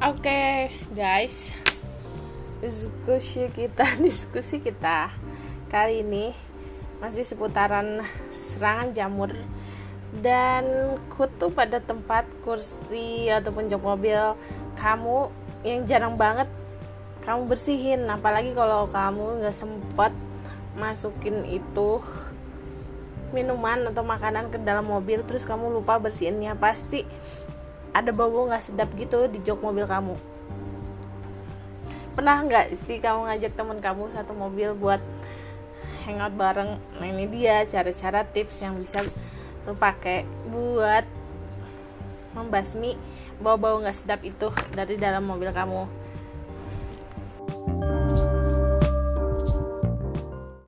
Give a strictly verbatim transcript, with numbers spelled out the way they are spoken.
Oke, guys, diskusi kita diskusi kita kali ini masih seputaran serangan jamur dan kutu pada tempat kursi ataupun jok mobil kamu yang jarang banget kamu bersihin, apalagi kalau kamu nggak sempet masukin itu minuman atau makanan ke dalam mobil terus kamu lupa bersihinnya, pasti ada bau nggak sedap gitu di jok mobil kamu. Pernah nggak sih kamu ngajak teman kamu satu mobil buat hangout bareng? Nah, ini dia cara-cara tips yang bisa lo pakai buat membasmi bau-bau nggak sedap itu dari dalam mobil kamu.